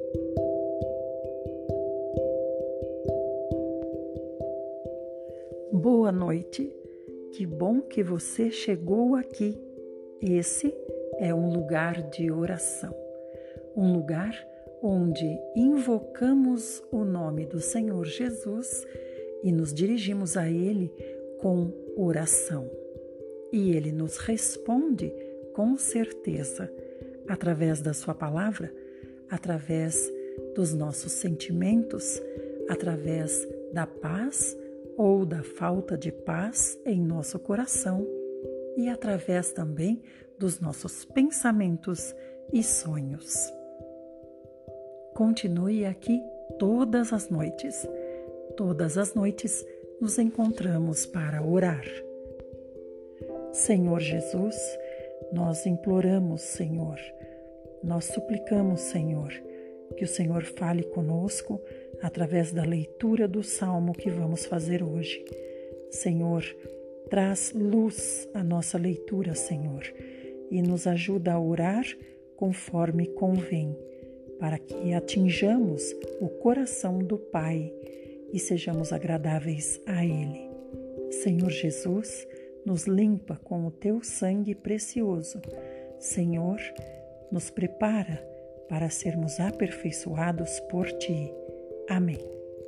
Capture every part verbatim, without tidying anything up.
Boa noite, que bom que você chegou aqui. Esse é um lugar de oração, um lugar onde invocamos o nome do Senhor Jesus e nos dirigimos a Ele com oração. E Ele nos responde com certeza, através da Sua palavra, através dos nossos sentimentos, através da paz ou da falta de paz em nosso coração e através também dos nossos pensamentos e sonhos. Continue aqui todas as noites. Todas as noites nos encontramos para orar. Senhor Jesus, nós imploramos, Senhor, nós suplicamos, Senhor, que o Senhor fale conosco através da leitura do Salmo que vamos fazer hoje. Senhor, traz luz à nossa leitura, Senhor, e nos ajuda a orar conforme convém, para que atinjamos o coração do Pai e sejamos agradáveis a Ele. Senhor Jesus, nos limpa com o Teu sangue precioso. Senhor, nos prepara para sermos aperfeiçoados por Ti. Amém.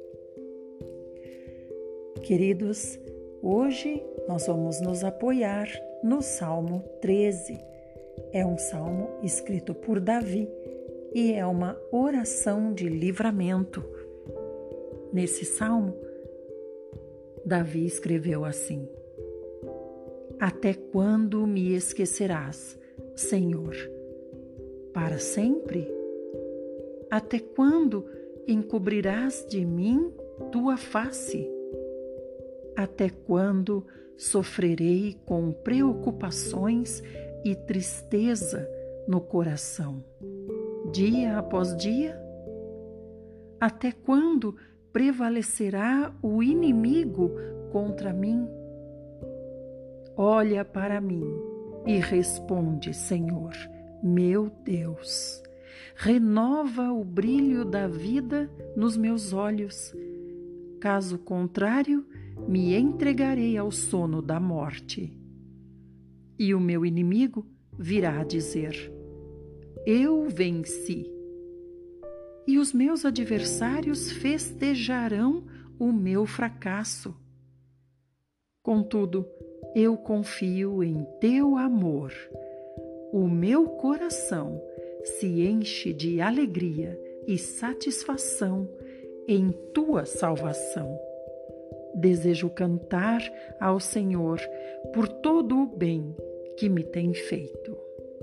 Queridos, hoje nós vamos nos apoiar no Salmo treze. É um salmo escrito por Davi e é uma oração de livramento. Nesse salmo, Davi escreveu assim: Até quando me esquecerás, Senhor? Para sempre? Até quando encobrirás de mim tua face? Até quando sofrerei com preocupações e tristeza no coração, dia após dia? Até quando prevalecerá o inimigo contra mim? Olha para mim e responde, Senhor, meu Deus. Renova o brilho da vida nos meus olhos. Caso contrário, me entregarei ao sono da morte. E o meu inimigo virá dizer: Eu venci. E os meus adversários festejarão o meu fracasso. Contudo, eu confio em teu amor. O meu coração se enche de alegria e satisfação em tua salvação. Desejo cantar ao Senhor por todo o bem que me tem feito.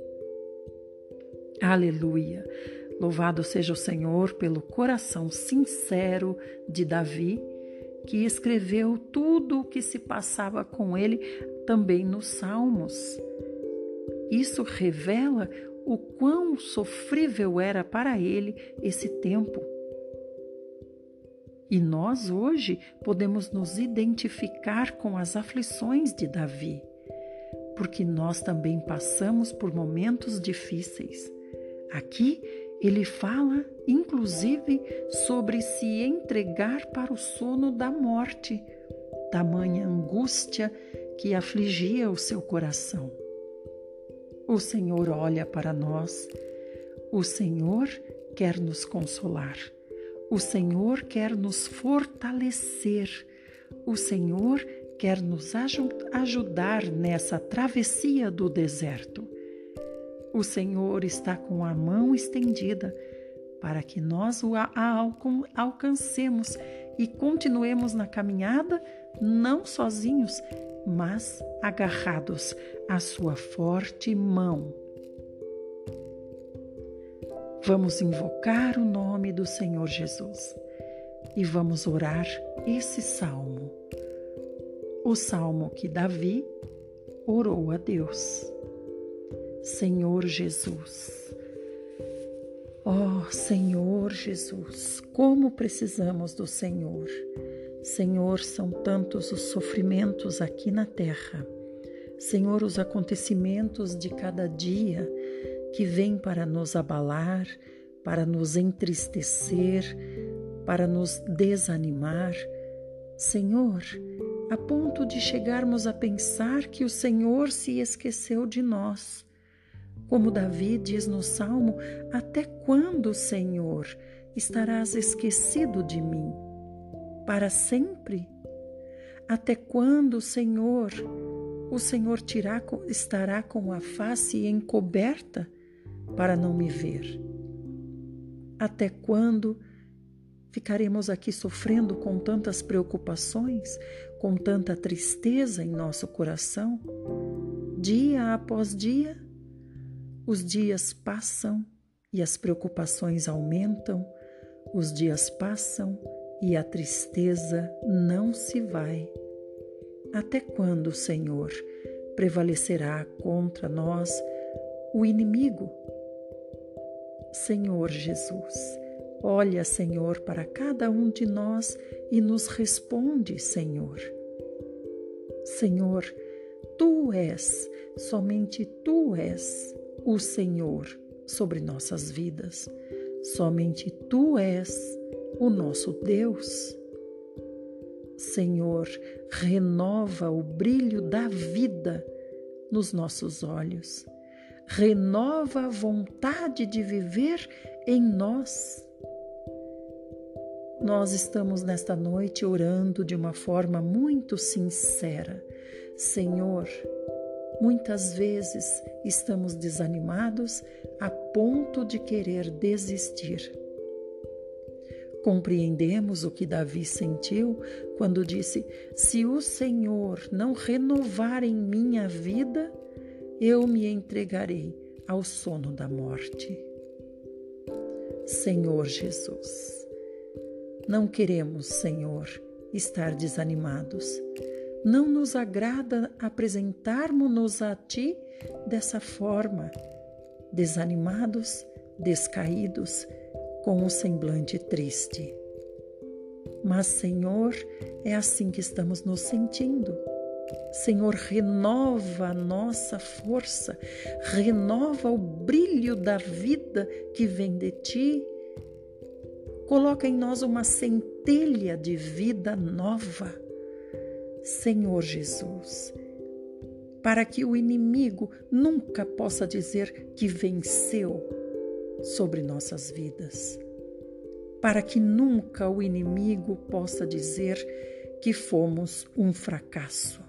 Aleluia! Louvado seja o Senhor pelo coração sincero de Davi, que escreveu tudo o que se passava com ele também nos Salmos. Isso revela o quão sofrível era para ele esse tempo. E nós hoje podemos nos identificar com as aflições de Davi, porque nós também passamos por momentos difíceis. Aqui ele fala, inclusive, sobre se entregar para o sono da morte, tamanha angústia que afligia o seu coração. O Senhor olha para nós, o Senhor quer nos consolar, o Senhor quer nos fortalecer, o Senhor quer nos ajudar nessa travessia do deserto. O Senhor está com a mão estendida para que nós o alcancemos e continuemos na caminhada, não sozinhos, mas agarrados à sua forte mão. Vamos invocar o nome do Senhor Jesus e vamos orar esse salmo, o salmo que Davi orou a Deus. Senhor Jesus, ó Senhor Jesus, como precisamos do Senhor. Senhor, são tantos os sofrimentos aqui na terra. Senhor, os acontecimentos de cada dia que vêm para nos abalar, para nos entristecer, para nos desanimar, Senhor, a ponto de chegarmos a pensar que o Senhor se esqueceu de nós. Como Davi diz no Salmo, até quando, Senhor, estarás esquecido de mim? Para sempre? Até quando, Senhor, o Senhor tirá, estará com a face encoberta para não me ver? Até quando ficaremos aqui sofrendo com tantas preocupações, com tanta tristeza em nosso coração? Dia após dia, os dias passam e as preocupações aumentam, os dias passam e a tristeza não se vai. Até quando, Senhor, prevalecerá contra nós o inimigo? Senhor Jesus, olha, Senhor, para cada um de nós e nos responde, Senhor. Senhor, Tu és, somente Tu és o Senhor sobre nossas vidas. Somente Tu és o nosso Deus. Senhor, renova o brilho da vida nos nossos olhos. Renova a vontade de viver em nós. Nós estamos nesta noite orando de uma forma muito sincera. Senhor, muitas vezes estamos desanimados a ponto de querer desistir. Compreendemos o que Davi sentiu quando disse: se o Senhor não renovar em minha vida, eu me entregarei ao sono da morte. Senhor Jesus, não queremos, Senhor, estar desanimados. Não nos agrada apresentarmos-nos a Ti dessa forma, desanimados, descaídos, com o semblante triste. Mas, Senhor, é assim que estamos nos sentindo. Senhor, renova a nossa força, renova o brilho da vida que vem de Ti. Coloca em nós uma centelha de vida nova, Senhor Jesus, para que o inimigo nunca possa dizer que venceu sobre nossas vidas, para que nunca o inimigo possa dizer que fomos um fracasso.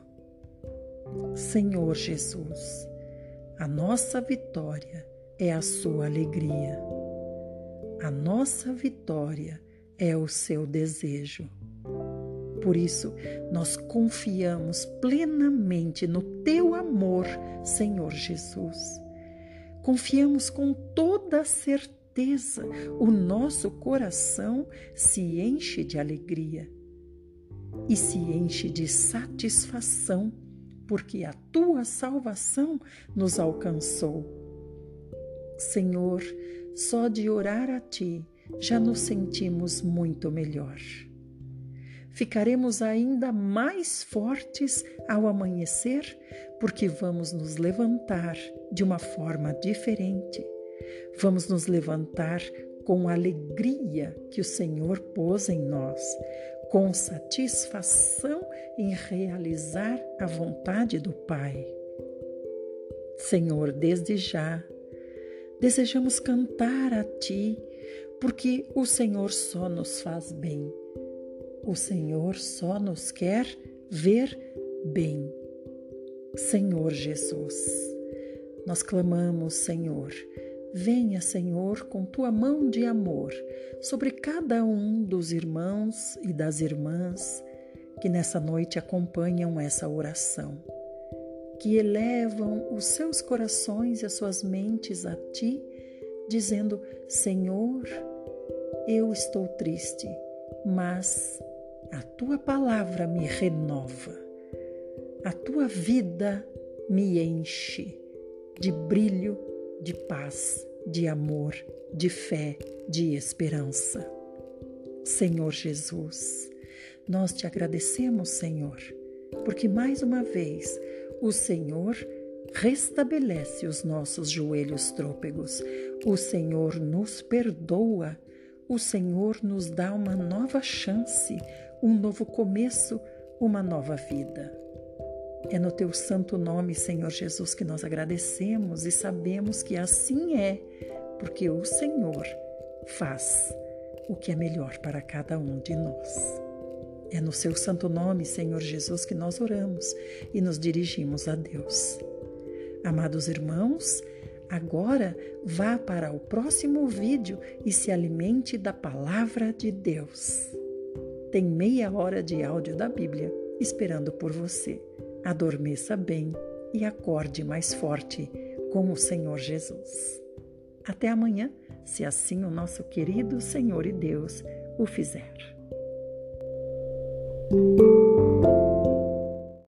Senhor Jesus, a nossa vitória é a sua alegria. A nossa vitória é o seu desejo. Por isso, nós confiamos plenamente no teu amor, Senhor Jesus. Confiamos com toda a certeza, o nosso coração se enche de alegria e se enche de satisfação, porque a tua salvação nos alcançou. Senhor, só de orar a Ti já nos sentimos muito melhor. Ficaremos ainda mais fortes ao amanhecer, porque vamos nos levantar de uma forma diferente. Vamos nos levantar com a alegria que o Senhor pôs em nós, com satisfação em realizar a vontade do Pai. Senhor, desde já, desejamos cantar a Ti, porque o Senhor só nos faz bem. O Senhor só nos quer ver bem. Senhor Jesus, nós clamamos, Senhor, venha, Senhor, com Tua mão de amor sobre cada um dos irmãos e das irmãs que nessa noite acompanham essa oração, que elevam os seus corações e as suas mentes a Ti, dizendo: Senhor, eu estou triste, mas a Tua palavra me renova, a Tua vida me enche de brilho, de paz, de amor, de fé, de esperança. Senhor Jesus, nós Te agradecemos, Senhor, porque mais uma vez o Senhor restabelece os nossos joelhos trôpegos. O Senhor nos perdoa. O Senhor nos dá uma nova chance, um novo começo, uma nova vida. É no teu santo nome, Senhor Jesus, que nós agradecemos e sabemos que assim é, porque o Senhor faz o que é melhor para cada um de nós. É no seu santo nome, Senhor Jesus, que nós oramos e nos dirigimos a Deus. Amados irmãos, agora vá para o próximo vídeo e se alimente da palavra de Deus. Tem meia hora de áudio da Bíblia esperando por você. Adormeça bem e acorde mais forte com o Senhor Jesus. Até amanhã, se assim o nosso querido Senhor e Deus o fizer.